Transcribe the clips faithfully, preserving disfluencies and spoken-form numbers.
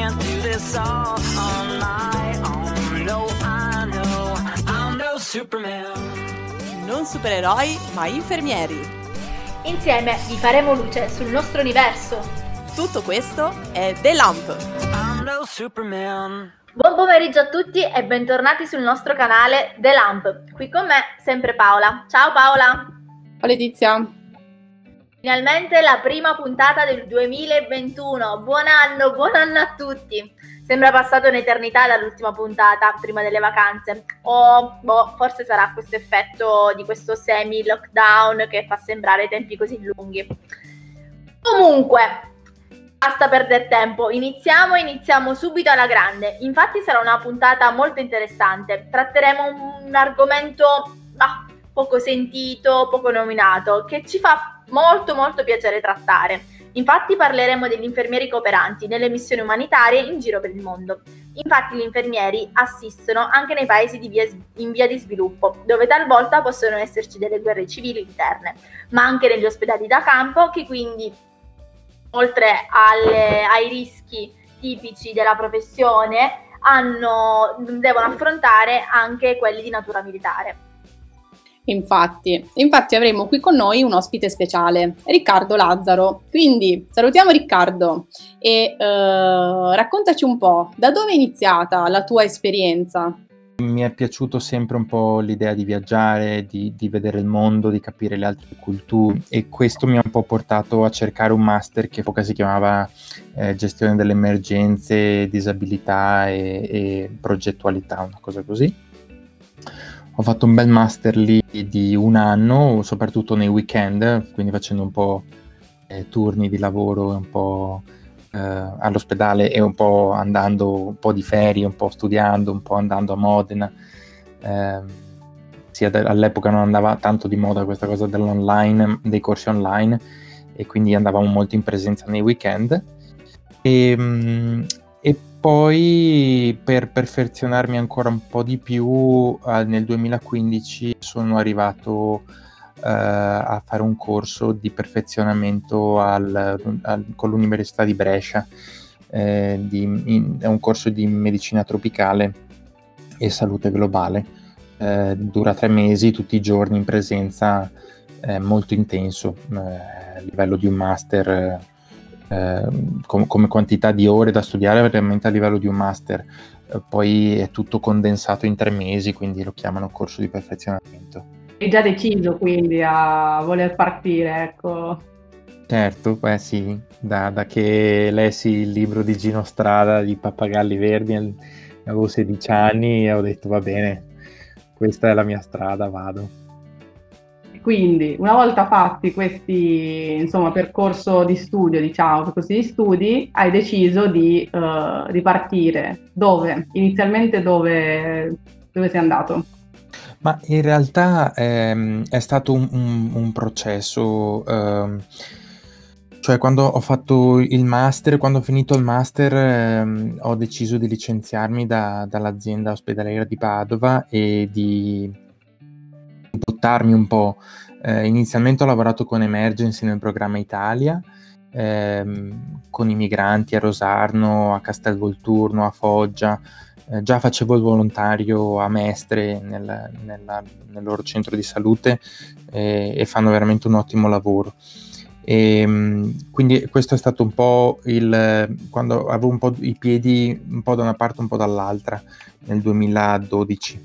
can't do this all on my own. No, I know I'm no Superman. Non supereroi, ma infermieri. Insieme vi faremo luce sul nostro universo. Tutto questo è The Lamp. I'm no Superman. Buon pomeriggio a tutti e bentornati sul nostro canale The Lamp. Qui con me sempre Paola. Ciao Paola. Ciao Letizia. Finalmente la prima puntata del duemilaventuno. Buon anno, buon anno a tutti. Sembra passata un'eternità dall'ultima puntata, prima delle vacanze. O boh, forse sarà questo effetto di questo semi-lockdown che fa sembrare i tempi così lunghi. Comunque, basta perdere tempo. Iniziamo, iniziamo subito alla grande. Infatti sarà una puntata molto interessante. Tratteremo un argomento ah, poco sentito, poco nominato, che ci fa molto molto piacere trattare. Infatti parleremo degli infermieri cooperanti nelle missioni umanitarie in giro per il mondo. Infatti gli infermieri assistono anche nei paesi di via, in via di sviluppo, dove talvolta possono esserci delle guerre civili interne, ma anche negli ospedali da campo, che quindi, oltre alle, ai rischi tipici della professione, hanno, devono affrontare anche quelli di natura militare. Infatti, infatti avremo qui con noi un ospite speciale, Riccardo Lazzaro. Quindi salutiamo Riccardo e uh, raccontaci un po', da dove è iniziata la tua esperienza? Mi è piaciuto sempre un po' l'idea di viaggiare, di, di vedere il mondo, di capire le altre culture, e questo mi ha un po' portato a cercare un master che all'epoca si chiamava eh, gestione delle emergenze, disabilità e, e progettualità, una cosa così. Ho fatto un bel master lì di un anno, soprattutto nei weekend, quindi facendo un po' eh, turni di lavoro, un po' eh, all'ospedale e un po' andando, un po' di ferie, un po' studiando, un po' andando a Modena. Eh, sì, ad- all'epoca non andava tanto di moda questa cosa dell'online, dei corsi online, e quindi andavamo molto in presenza nei weekend. E, mm, e poi per perfezionarmi ancora un po' di più, eh, nel duemilaquindici sono arrivato eh, a fare un corso di perfezionamento al, al- con l'Università di Brescia. Eh, di- in- è un corso di medicina tropicale e salute globale. Eh, dura tre mesi, tutti i giorni in presenza, eh, molto intenso, eh, a livello di un master. eh, eh, com- come quantità di ore da studiare, veramente a livello di un master. Eh, poi è tutto condensato in tre mesi, quindi lo chiamano corso di perfezionamento. Hai già deciso quindi a voler partire, ecco. Certo, beh sì, da, da che lessi il libro di Gino Strada di Pappagalli Verdi, al- avevo sedici anni e ho detto va bene, questa è la mia strada, vado. Quindi, una volta fatti questi, insomma, percorso di studio, diciamo, percorsi di studi, hai deciso di, eh, di partire. Dove? Inizialmente dove, dove sei andato? Ma in realtà ehm, è stato un, un- un processo, ehm, cioè quando ho fatto il master, quando ho finito il master, ehm, ho deciso di licenziarmi da- dall'azienda ospedaliera di Padova e di buttarmi un po'. Eh, inizialmente ho lavorato con Emergency nel programma Italia, ehm, con i migranti a Rosarno, a Castelvolturno, a Foggia. Eh, già facevo il volontario a Mestre nel, nella- nel loro centro di salute, eh, e fanno veramente un ottimo lavoro. E, mh, quindi questo è stato un po' il quando avevo un po' i piedi un po' da una parte un po' dall'altra nel duemiladodici.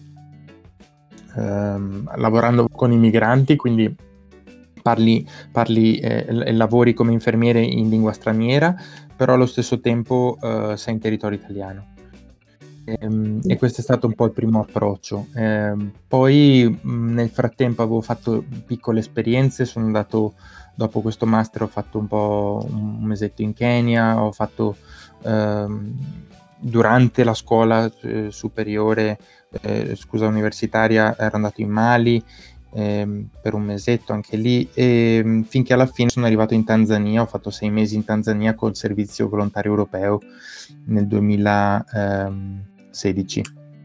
Ehm, lavorando con i migranti, quindi parli, parli eh, l- lavori come infermiere in lingua straniera, però allo stesso tempo eh, sei in territorio italiano. Ehm, E, questo è stato un po' il primo approccio. Ehm, poi mh, nel frattempo avevo fatto piccole esperienze, sono andato dopo questo master, ho fatto un po' un mesetto in Kenya, ho fatto ehm, durante la scuola eh, superiore, eh, scusa, universitaria, ero andato in Mali ehm, per un mesetto anche lì, e mh, finché alla fine sono arrivato in Tanzania. Ho fatto sei mesi in Tanzania col servizio volontario europeo nel duemilasedici.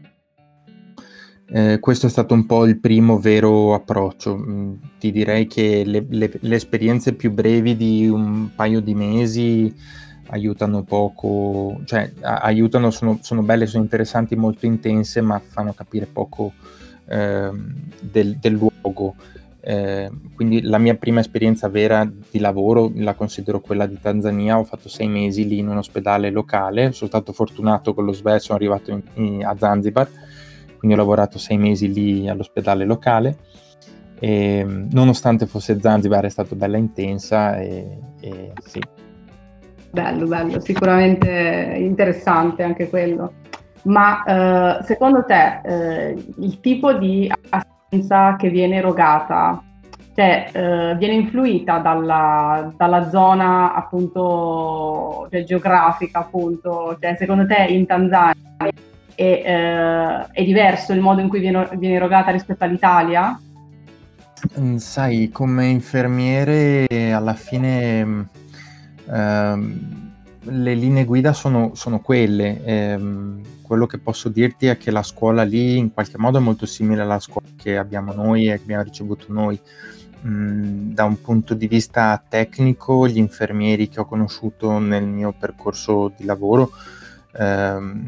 Eh, questo è stato un po' il primo vero approccio. Mm, ti direi che le, le- le esperienze più brevi di un paio di mesi aiutano poco, cioè a- aiutano, sono, sono belle, sono interessanti, molto intense, ma fanno capire poco ehm, del, del luogo. Eh, quindi la mia prima esperienza vera di lavoro la considero quella di Tanzania. Ho fatto sei mesi lì in un ospedale locale, sono stato fortunato con lo S V E, sono arrivato in- in- a Zanzibar, quindi ho lavorato sei mesi lì all'ospedale locale. E, nonostante fosse Zanzibar, è stata bella intensa e, e sì. Bello, bello, sicuramente interessante anche quello. Ma eh, secondo te eh, il tipo di assistenza che viene erogata, cioè eh, viene influita dalla, dalla zona appunto, cioè, geografica appunto, cioè secondo te in Tanzania è, eh, è diverso il modo in cui viene, viene erogata rispetto all'Italia? Mm, Sai, come infermiere alla fine mm, ehm, le linee guida sono, sono quelle. Ehm, quello che posso dirti è che la scuola lì in qualche modo è molto simile alla scuola che abbiamo noi e che abbiamo ricevuto noi. Mm, da un punto di vista tecnico, gli infermieri che ho conosciuto nel mio percorso di lavoro ehm,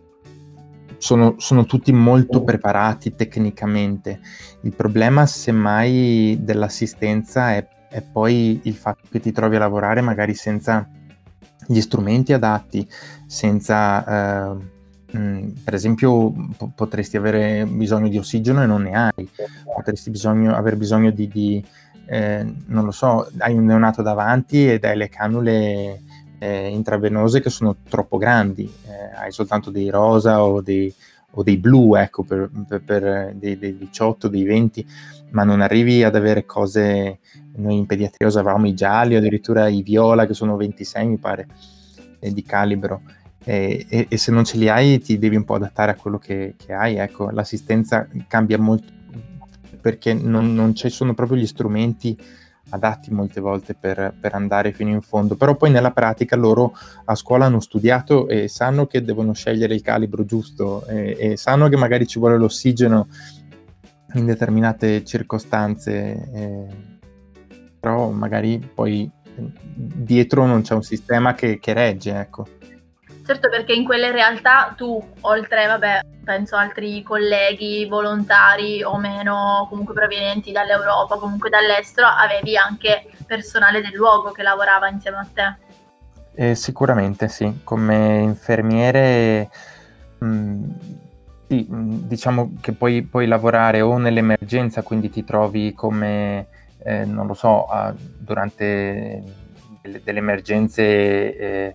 sono, sono tutti molto preparati tecnicamente. Il problema, semmai, dell'assistenza è, è poi il fatto che ti trovi a lavorare magari senza gli strumenti adatti, senza, eh, mh, per esempio, po- potresti avere bisogno di ossigeno e non ne hai, potresti bisogno, aver bisogno di, di eh, non lo so, hai un neonato davanti ed hai le cannule eh, intravenose che sono troppo grandi, eh, hai soltanto dei rosa o dei, o dei blu, ecco, per, per, per dei, dei diciotto, dei venti, ma non arrivi ad avere cose. Noi in pediatria usavamo i gialli o addirittura i viola, che sono ventisei mi pare eh, di calibro, e, e, e se non ce li hai ti devi un po' adattare a quello che, che hai. Ecco, l'assistenza cambia molto perché non, non ci sono proprio gli strumenti adatti molte volte per, per andare fino in fondo, però poi nella pratica loro a scuola hanno studiato e sanno che devono scegliere il calibro giusto e, e sanno che magari ci vuole l'ossigeno in determinate circostanze, eh, però magari poi dietro non c'è un sistema che, che regge, ecco. Certo, perché in quelle realtà tu, oltre, vabbè, penso altri colleghi volontari o meno, comunque provenienti dall'Europa, comunque dall'estero, avevi anche personale del luogo che lavorava insieme a te. Eh, sicuramente sì, come infermiere mh, sì, mh, diciamo che puoi, puoi lavorare o nell'emergenza, quindi ti trovi come, eh, non lo so, a- durante delle, delle emergenze eh,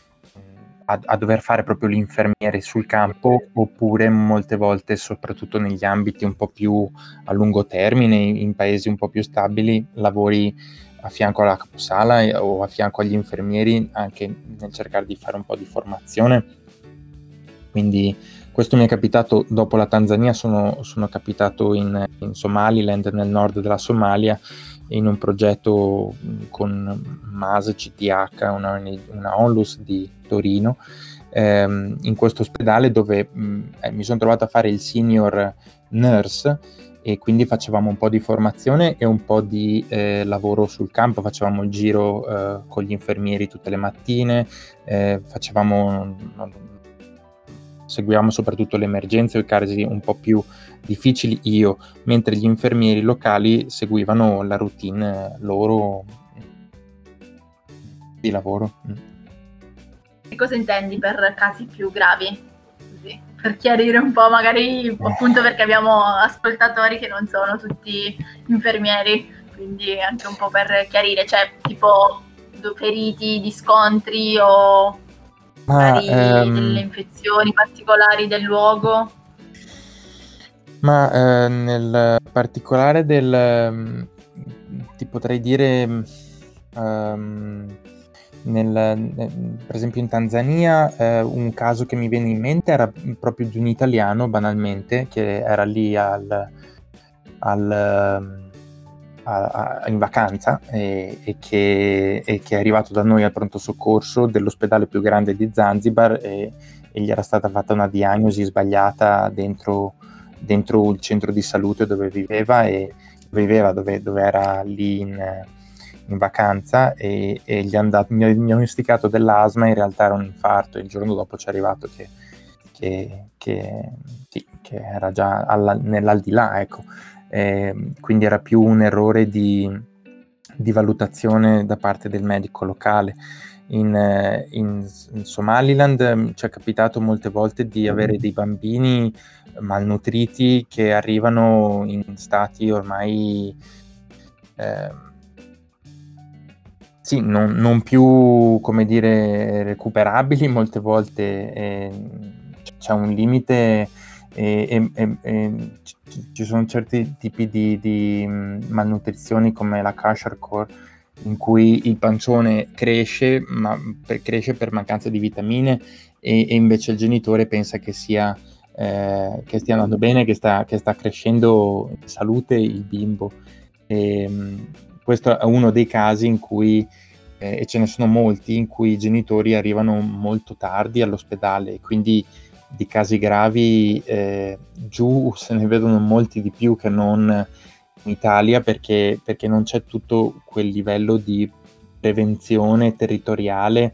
a, a dover fare proprio l'infermiere sul campo, oppure molte volte, soprattutto negli ambiti un po' più a lungo termine, in, in paesi un po' più stabili, lavori a fianco alla caposala e- o a fianco agli infermieri, anche nel cercare di fare un po' di formazione. Quindi questo mi è capitato dopo la Tanzania, sono, sono capitato in, in Somaliland, nel nord della Somalia, in un progetto mh, con MAS C T H, una, O N G una Onlus di Torino, ehm, in questo ospedale dove mh, eh, mi sono trovato a fare il senior nurse, e quindi facevamo un po' di formazione e un po' di eh, lavoro sul campo, facevamo il giro eh, con gli infermieri tutte le mattine, eh, facevamo, seguivamo soprattutto le emergenze o i casi un po' più difficili io, mentre gli infermieri locali seguivano la routine loro di lavoro. Che cosa intendi per casi più gravi? Così, per chiarire un po', magari appunto perché abbiamo ascoltatori che non sono tutti infermieri, quindi anche un po' per chiarire, cioè tipo feriti di scontri o Ma, magari ehm, delle infezioni particolari del luogo. ma eh, nel particolare del, mm, ti potrei dire, mm, ehm, nel, nel- per esempio in Tanzania, eh, un caso che mi viene in mente era proprio di un italiano, banalmente, che era lì al, al, ehm, a- a- in vacanza e, e che, e che è arrivato da noi al pronto soccorso dell'ospedale più grande di Zanzibar, e, e gli era stata fatta una diagnosi sbagliata dentro, dentro il centro di salute dove viveva, e viveva dove, dove era lì in, in vacanza e, e gli han dato, mi ha diagnosticato dell'asma, in realtà era un infarto, e il giorno dopo ci è arrivato che, che, che, sì, che era già alla, nell'aldilà, ecco. Eh, quindi era più un errore di, di valutazione da parte del medico locale. In, in, in Somaliland ci è capitato molte volte di avere dei bambini malnutriti che arrivano in stati ormai eh, sì, non, non più, come dire, recuperabili molte volte. Eh, c'è un limite e, e, e, e ci sono certi tipi di, di malnutrizioni come la kwashiorkor, in cui il pancione cresce, ma per, cresce per mancanza di vitamine e, e invece il genitore pensa che sia eh, che stia andando bene, che sta, che sta crescendo in salute il bimbo. E, questo è uno dei casi in cui, eh, e ce ne sono molti, in cui i genitori arrivano molto tardi all'ospedale, quindi di casi gravi eh, giù se ne vedono molti di più che non in Italia, perché, perché non c'è tutto quel livello di prevenzione territoriale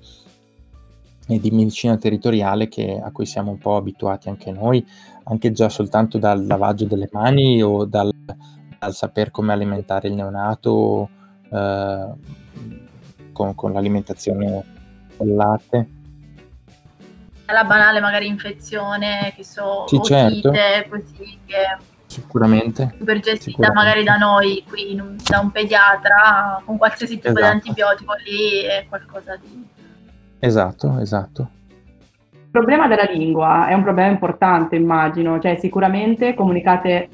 e di medicina territoriale che, a cui siamo un po' abituati anche noi, anche già soltanto dal lavaggio delle mani o dal, dal saper come alimentare il neonato eh, con, con l'alimentazione del latte. La banale magari infezione, che so, Sì, certo. otite, così, che Sicuramente. super gestita Sicuramente. magari da noi, qui in un- da un pediatra, con qualsiasi tipo di Esatto. antibiotico lì è qualcosa di... Esatto, esatto. Il problema della lingua è un problema importante, immagino, cioè sicuramente comunicate eh,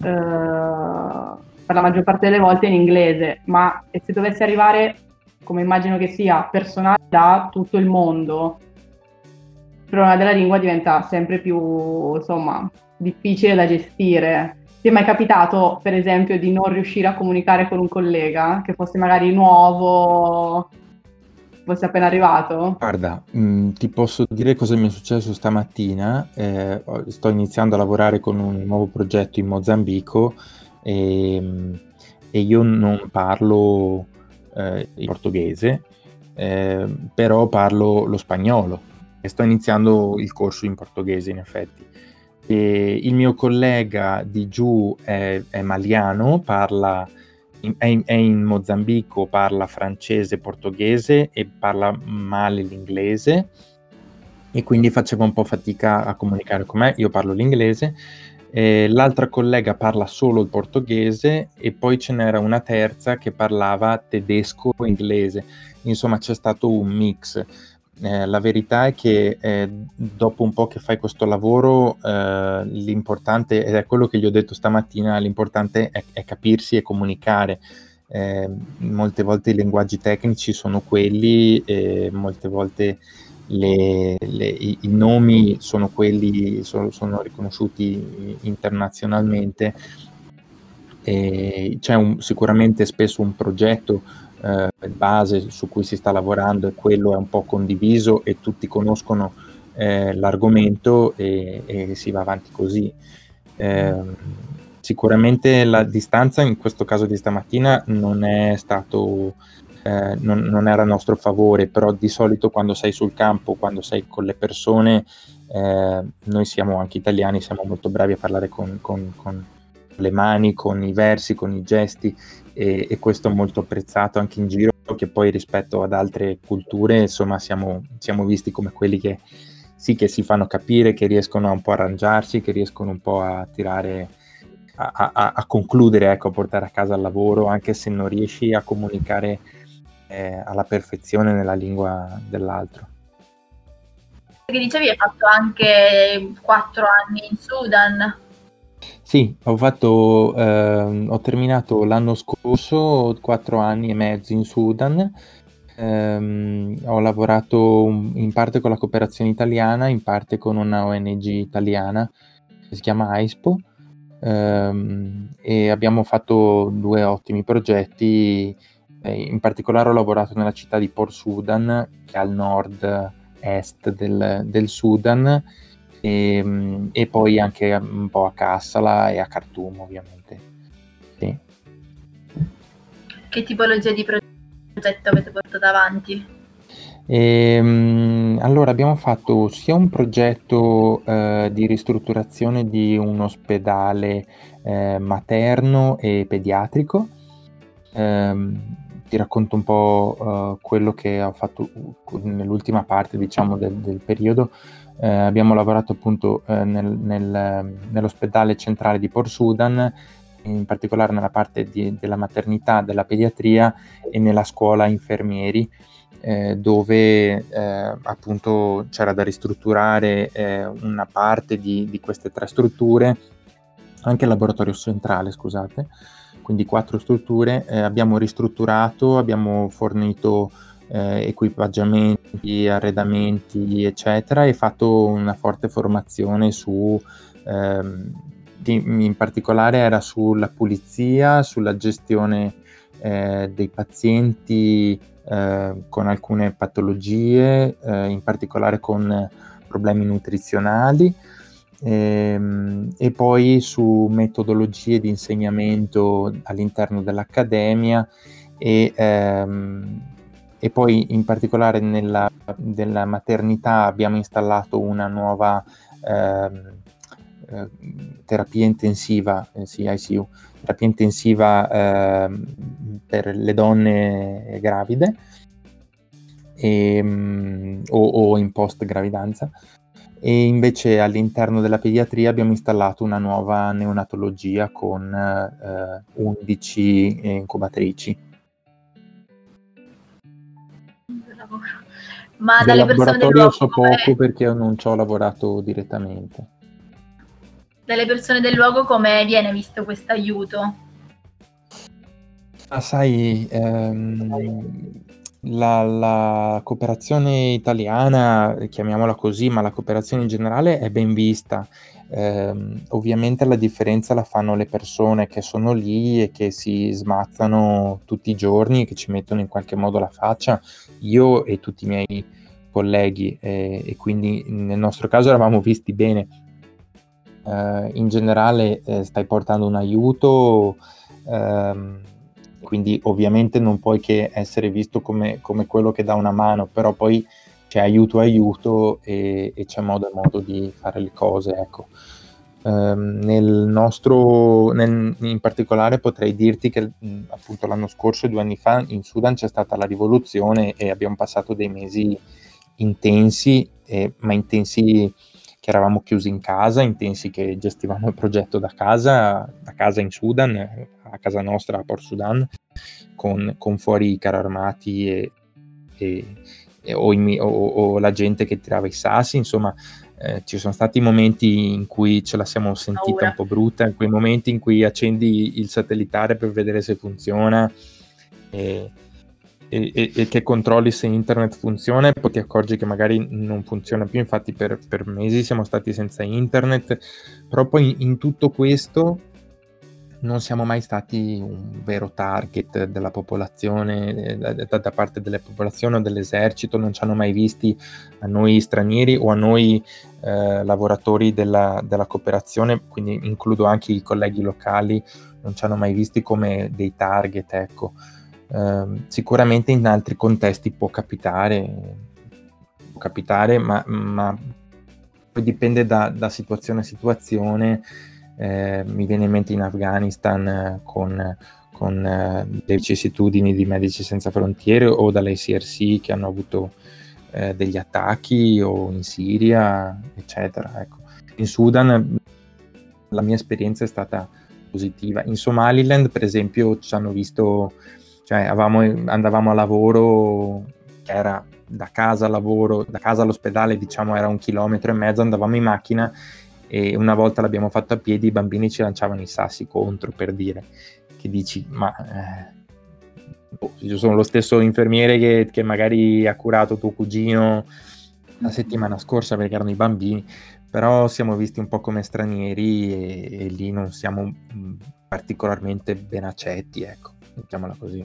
per la maggior parte delle volte in inglese, ma se dovesse arrivare, come immagino che sia, personale da tutto il mondo, il problema della lingua diventa sempre più, insomma, difficile da gestire. Ti è mai capitato, per esempio, di non riuscire a comunicare con un collega che fosse magari nuovo, fosse appena arrivato? Guarda, mh, ti posso dire cosa mi è successo stamattina. Eh, ho- sto iniziando a lavorare con un nuovo progetto in Mozambico e, mh, e io non parlo eh, il portoghese, eh, però parlo lo spagnolo e sto iniziando il corso in portoghese, in effetti. E il mio collega di giù è, è maliano, parla in- è, in, è in Mozambico, parla francese, portoghese e parla male l'inglese, e quindi facevo un po' fatica a comunicare con me. Io parlo l'inglese, eh, l'altra collega parla solo il portoghese e poi ce n'era una terza che parlava tedesco e inglese. Insomma, c'è stato un mix. Eh, la verità è che eh, dopo un po' che fai questo lavoro, eh, l'importante, ed è quello che gli ho detto stamattina, l'importante è, è capirsi e comunicare. Eh, molte volte i linguaggi tecnici sono quelli, e molte volte le, le, i, i nomi sono quelli, sono, sono riconosciuti internazionalmente. E c'è un, sicuramente spesso un progetto eh, base su cui si sta lavorando e quello è un po' condiviso e tutti conoscono eh, l'argomento e, e si va avanti così. Eh, sicuramente la distanza in questo caso di stamattina non è stato eh, non, non era a nostro favore, però di solito quando sei sul campo, quando sei con le persone, eh, noi siamo anche italiani, siamo molto bravi a parlare con, con, con le mani, con i versi, con i gesti, e, e questo è molto apprezzato anche in giro, che poi rispetto ad altre culture insomma siamo, siamo visti come quelli che sì, che si fanno capire, che riescono a un po' arrangiarsi, che riescono un po' a tirare a, a, a concludere, ecco, a portare a casa il lavoro, anche se non riesci a comunicare eh, alla perfezione nella lingua dell'altro. Che dicevi, hai fatto anche quattro anni in Sudan. Sì, ho fatto, eh, ho terminato l'anno scorso quattro anni e mezzo in Sudan. Eh, ho lavorato in parte con la cooperazione italiana, in parte con una O N G italiana che si chiama AISPO, eh, e abbiamo fatto due ottimi progetti. Eh, in particolare ho lavorato nella città di Port Sudan, che è al nord-est del, del Sudan, e, e poi anche un po' a Kassala e a Khartoum, ovviamente. Sì. Che tipologia di progetti progetto avete portato avanti? Ehm, allora abbiamo fatto sia un progetto eh, di ristrutturazione di un ospedale eh, materno e pediatrico. Ehm, ti racconto un po' eh, quello che ho fatto nell'ultima parte, diciamo, del, del periodo. Eh, abbiamo lavorato appunto eh, nel, nel, nell'ospedale centrale di Port Sudan, in particolare nella parte di, della maternità, della pediatria e nella scuola infermieri, eh, dove eh, appunto c'era da ristrutturare eh, una parte di, di queste tre strutture, anche il laboratorio centrale, scusate, quindi quattro strutture. Eh, abbiamo ristrutturato, abbiamo fornito eh, equipaggiamenti, arredamenti, eccetera, e fatto una forte formazione su, ehm, di, in particolare era sulla pulizia, sulla gestione eh, dei pazienti eh, con alcune patologie, eh, in particolare con problemi nutrizionali. E, e poi su metodologie di insegnamento all'interno dell'accademia e, ehm, e poi in particolare nella, nella maternità abbiamo installato una nuova ehm, eh, terapia intensiva, eh, sì, I C U, terapia intensiva eh, per le donne gravide e, o, o in post gravidanza. E invece all'interno della pediatria abbiamo installato una nuova neonatologia con eh, undici incubatrici. Ma Del dalle persone del laboratorio luogo so come... poco perché non ci ho lavorato direttamente. Dalle persone del luogo come viene visto questo aiuto? Ah, sai, ehm, la, la cooperazione italiana, chiamiamola così, ma la cooperazione in generale è ben vista. Ehm, ovviamente la differenza la fanno le persone che sono lì e che si smazzano tutti i giorni, che ci mettono in qualche modo la faccia, io e tutti i miei colleghi, e, e quindi nel nostro caso eravamo visti bene. Eh, in generale eh, stai portando un aiuto, ehm, quindi ovviamente non puoi che essere visto come, come quello che dà una mano, però poi c'è aiuto aiuto e, e c'è modo e modo di fare le cose, ecco. Um, nel nostro, nel, in particolare potrei dirti che mh, appunto l'anno scorso, due anni fa, in Sudan c'è stata la rivoluzione e abbiamo passato dei mesi intensi, eh, ma intensi che eravamo chiusi in casa, intensi che gestivamo il progetto da casa, da casa in Sudan, a casa nostra a Port Sudan, con, con fuori i carri armati e, e, e o, i, o, o la gente che tirava i sassi, insomma. Eh, ci sono stati momenti in cui ce la siamo sentita Paura. un po' brutta, in quei momenti in cui accendi il satellitare per vedere se funziona e, e, e, e che controlli se internet funziona e poi ti accorgi che magari non funziona più. Infatti per, per mesi siamo stati senza internet, però poi in, in tutto questo non siamo mai stati un vero target della popolazione, da, da, da parte delle popolazioni o dell'esercito, non ci hanno mai visti a noi stranieri o a noi eh, lavoratori della, della cooperazione, quindi includo anche i colleghi locali, non ci hanno mai visti come dei target, ecco. Eh, sicuramente in altri contesti può capitare, può capitare, ma, ma poi dipende da, da situazione a situazione. Eh, mi viene in mente in Afghanistan eh, con, con eh, le vicissitudini di Medici Senza Frontiere o dalle C R C che hanno avuto eh, degli attacchi, o in Siria, eccetera. Ecco. In Sudan la mia esperienza è stata positiva. In Somaliland, per esempio, ci hanno visto, cioè avevamo, andavamo a lavoro, che era da casa al lavoro, da casa all'ospedale, diciamo, era un chilometro e mezzo, andavamo in macchina e una volta l'abbiamo fatto a piedi, i bambini ci lanciavano i sassi contro, per dire, che dici, ma eh, io sono lo stesso infermiere che, che magari ha curato tuo cugino la settimana scorsa perché erano i bambini, però siamo visti un po' come stranieri e, e lì non siamo mh, particolarmente ben accetti, ecco, mettiamola così.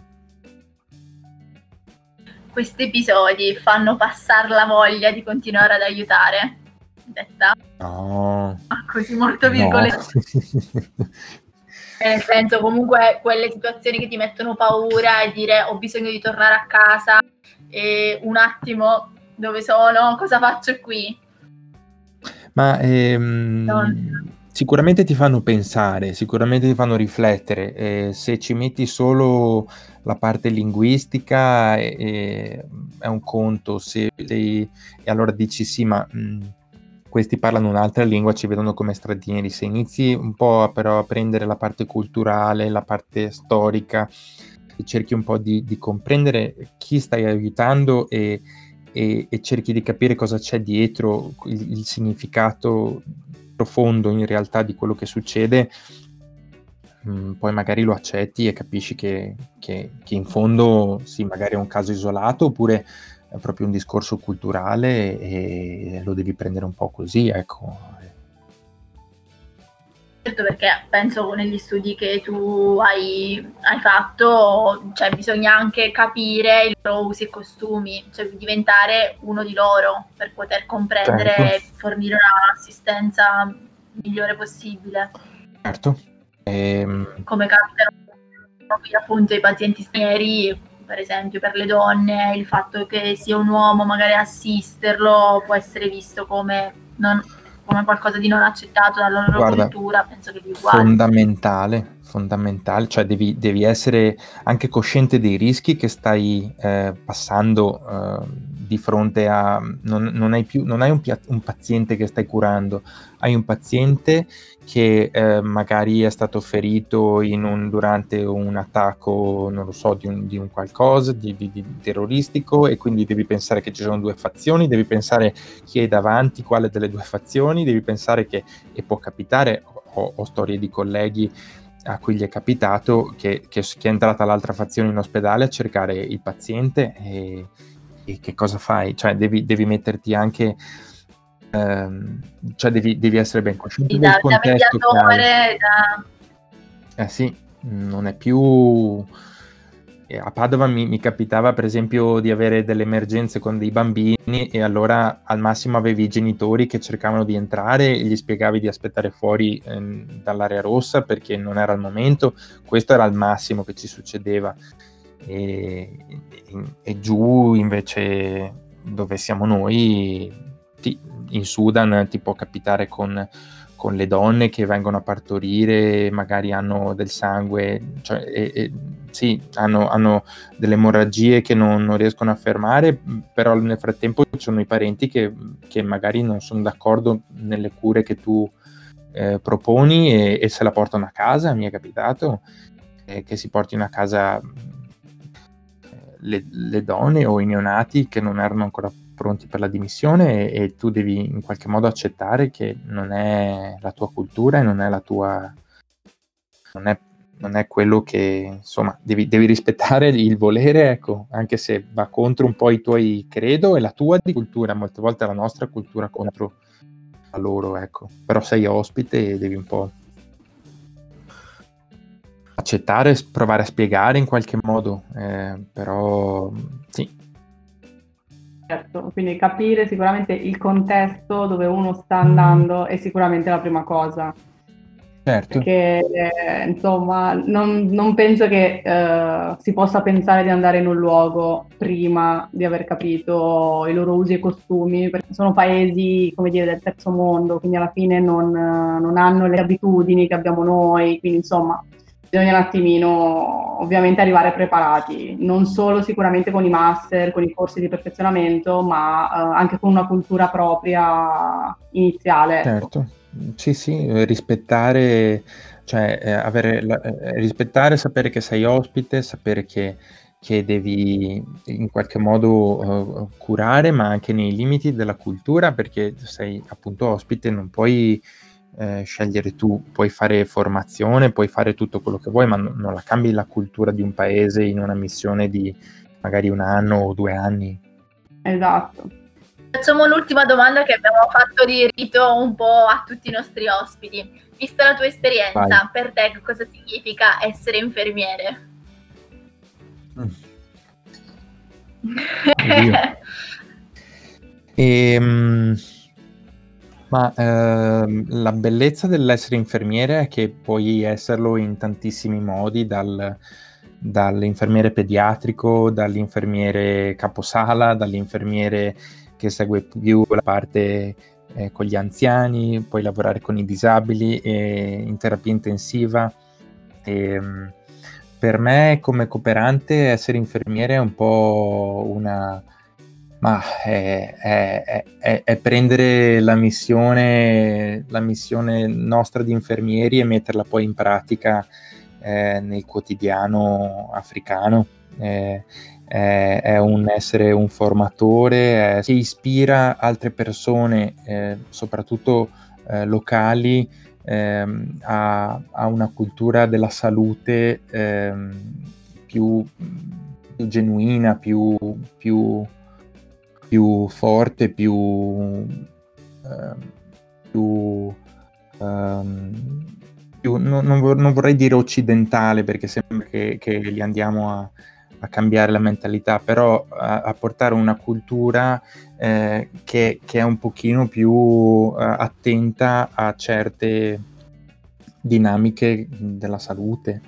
Questi episodi fanno passare la voglia di continuare ad aiutare? Detta No, così molto virgolette. No. Nel senso, comunque, quelle situazioni che ti mettono paura e dire ho bisogno di tornare a casa e un attimo, dove sono? Cosa faccio qui? Ma ehm, Non- sicuramente ti fanno pensare, sicuramente ti fanno riflettere. Eh, se ci metti solo la parte linguistica eh, eh, è un conto, se, se- e allora dici sì, ma mh, questi parlano un'altra lingua, ci vedono come stranieri. Se inizi un po' a- però a prendere la parte culturale, la parte storica, e cerchi un po' di, di comprendere chi stai aiutando e, e- e cerchi di capire cosa c'è dietro, il, il significato profondo in realtà di quello che succede, mh, poi magari lo accetti e capisci che, che- che in fondo sì, magari è un caso isolato oppure è proprio un discorso culturale e lo devi prendere un po' così, ecco. Certo, perché penso negli studi che tu hai, hai fatto, cioè bisogna anche capire i loro usi e costumi, cioè diventare uno di loro per poter comprendere Certo. e fornire un'assistenza migliore possibile. Certo. Ehm, Come capitano qui appunto i pazienti stranieri, per esempio per le donne, il fatto che sia un uomo magari assisterlo può essere visto come, non, come qualcosa di non accettato dalla loro Guarda, cultura, penso che li uguali. fondamentale, fondamentale, cioè devi, devi essere anche cosciente dei rischi che stai eh, passando eh, di fronte a... Non, non hai più, non hai un, pia- un paziente che stai curando, hai un paziente che eh, magari è stato ferito in un- durante un attacco, non lo so, di un, di un qualcosa, di, di- di terroristico, e quindi devi pensare che ci sono due fazioni, devi pensare chi è davanti, quale delle due fazioni, devi pensare che, e può capitare, ho, ho storie di colleghi a cui gli è capitato che, che, che è entrata l'altra fazione in ospedale a cercare il paziente e, e che cosa fai? Cioè devi, devi metterti anche, ehm, cioè devi, devi essere ben cosciente Sì, del da, da contesto che hai. mediatore, da... Eh sì, non è più... eh, A Padova mi, mi capitava per esempio di avere delle emergenze con dei bambini e allora al massimo avevi i genitori che cercavano di entrare e gli spiegavi di aspettare fuori ehm, dall'area rossa perché non era il momento. Questo era il massimo che ci succedeva. E, e, e giù invece dove siamo noi, sì, in Sudan ti può capitare con, con le donne che vengono a partorire, magari hanno del sangue, cioè, e, e, sì, hanno, hanno delle emorragie che non, non riescono a fermare, però nel frattempo ci sono i parenti che, che magari non sono d'accordo nelle cure che tu eh, proponi e, e se la portano a casa. Mi è capitato eh, che si portino a casa le, le donne o i neonati che non erano ancora pronti per la dimissione e, e tu devi in qualche modo accettare che non è la tua cultura e non è la tua... non è non è quello che, insomma, devi, devi rispettare il volere, ecco, anche se va contro un po' i tuoi credo e la tua di cultura, molte volte è la nostra cultura contro la loro, ecco. Però sei ospite e devi un po' accettare, provare a spiegare in qualche modo, eh, però sì. Certo, quindi capire sicuramente il contesto dove uno sta andando è sicuramente la prima cosa. Certo. Perché eh, insomma non, non penso che eh, si possa pensare di andare in un luogo prima di aver capito i loro usi e costumi, perché sono paesi, come dire, del terzo mondo, quindi alla fine non, non hanno le abitudini che abbiamo noi, quindi insomma bisogna un attimino ovviamente arrivare preparati, non solo sicuramente con i master, con i corsi di perfezionamento, ma eh, anche con una cultura propria iniziale. Ecco. Certo, sì, sì, rispettare, cioè eh, avere la- eh, rispettare, sapere che sei ospite, sapere che, che devi in qualche modo eh, curare, ma anche nei limiti della cultura, perché sei appunto ospite, non puoi eh, scegliere tu, puoi fare formazione, puoi fare tutto quello che vuoi, ma non, non la cambi la cultura di un paese in una missione di magari un anno o due anni. Esatto. Facciamo un'ultima domanda che abbiamo fatto di rito un po' a tutti i nostri ospiti. Vista la tua esperienza, Vai. per te cosa significa essere infermiere? Mm. Oddio. E, Ma ehm, la bellezza dell'essere infermiere è che puoi esserlo in tantissimi modi, dal, dall'infermiere pediatrico, dall'infermiere caposala, dall'infermiere che segue più la parte eh, con gli anziani, puoi lavorare con i disabili e in terapia intensiva. E, mh, per me come cooperante essere infermiere è un po' una... Ma è, è- è- è prendere la missione, la missione nostra di infermieri e metterla poi in pratica eh, nel quotidiano africano. Eh, è, è un essere un formatore, è- che ispira altre persone, eh, soprattutto eh, locali, ehm, a, a una cultura della salute ehm, più, più genuina, più, più più forte, più, ehm, più, ehm, più- no- non, vor- non vorrei dire occidentale perché sembra che, che gli andiamo a, a cambiare la mentalità, però a, a portare una cultura eh, che, che è un pochino più eh, attenta a certe dinamiche della salute.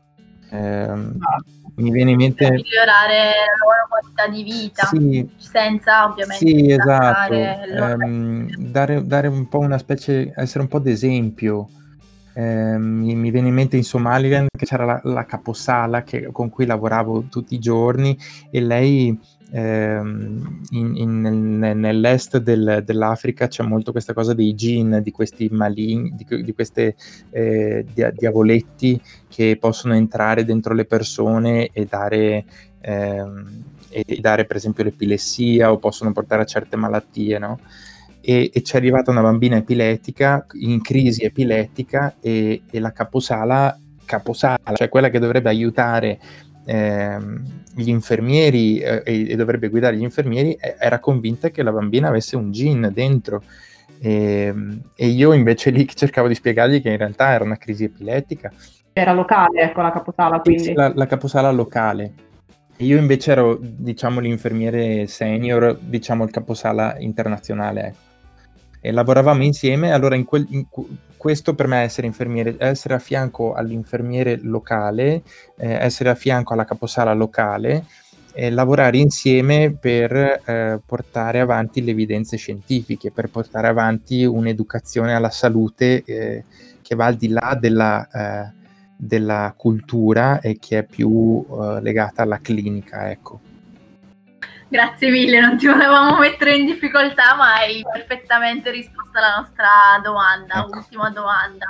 Ehm, mi viene in Per mente... migliorare la loro qualità di vita, Sì, senza ovviamente sì, esatto. intaccare il loro Ehm, dare, dare un po' una specie, essere un po' d'esempio. Ehm, mi, mi viene in mente in Somaliland che c'era la, la caposala che- con cui lavoravo tutti i giorni e lei ehm, in- in- nel- nell'est del- dell'Africa c'è molto questa cosa dei jinn, di questi maligni, di, que- di queste eh, dia- diavoletti che possono entrare dentro le persone e dare, ehm, e dare per esempio l'epilessia o possono portare a certe malattie, no? E, e ci è arrivata una bambina epilettica, in crisi epilettica, e, e la caposala, caposala, cioè quella che dovrebbe aiutare ehm, gli infermieri eh, e, e dovrebbe guidare gli infermieri, eh, era convinta che la bambina avesse un gin dentro. E, e io invece lì cercavo di spiegargli che in realtà era una crisi epilettica. Era locale, ecco, la caposala, quindi. La, la caposala locale. E io invece ero, diciamo, l'infermiere senior, diciamo il caposala internazionale, ecco. E lavoravamo insieme, allora in quel, in cu- questo per me è essere infermiere, essere a fianco all'infermiere locale, eh, essere a fianco alla caposala locale, e lavorare insieme per eh, portare avanti le evidenze scientifiche, per portare avanti un'educazione alla salute eh, che va al di là della, eh, della cultura e che è più eh, legata alla clinica, ecco. Grazie mille, non ti volevamo mettere in difficoltà, ma hai perfettamente risposto alla nostra domanda, Ecco. ultima domanda.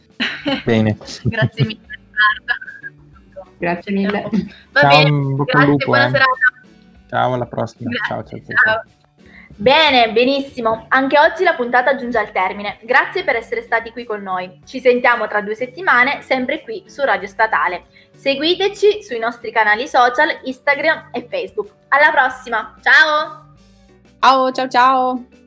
Bene. Grazie mille, Riccardo. Grazie mille. Va Ciao, bene, in bocca al grazie, lupo, buona eh. serata. Ciao, alla prossima. Ciao, Grazie, ciao, ciao, ciao. ciao. Bene, benissimo. Anche oggi la puntata giunge al termine. Grazie per essere stati qui con noi. Ci sentiamo tra due settimane, sempre qui su Radio Statale. Seguiteci sui nostri canali social, Instagram e Facebook. Alla prossima. Ciao! Ciao, ciao, ciao!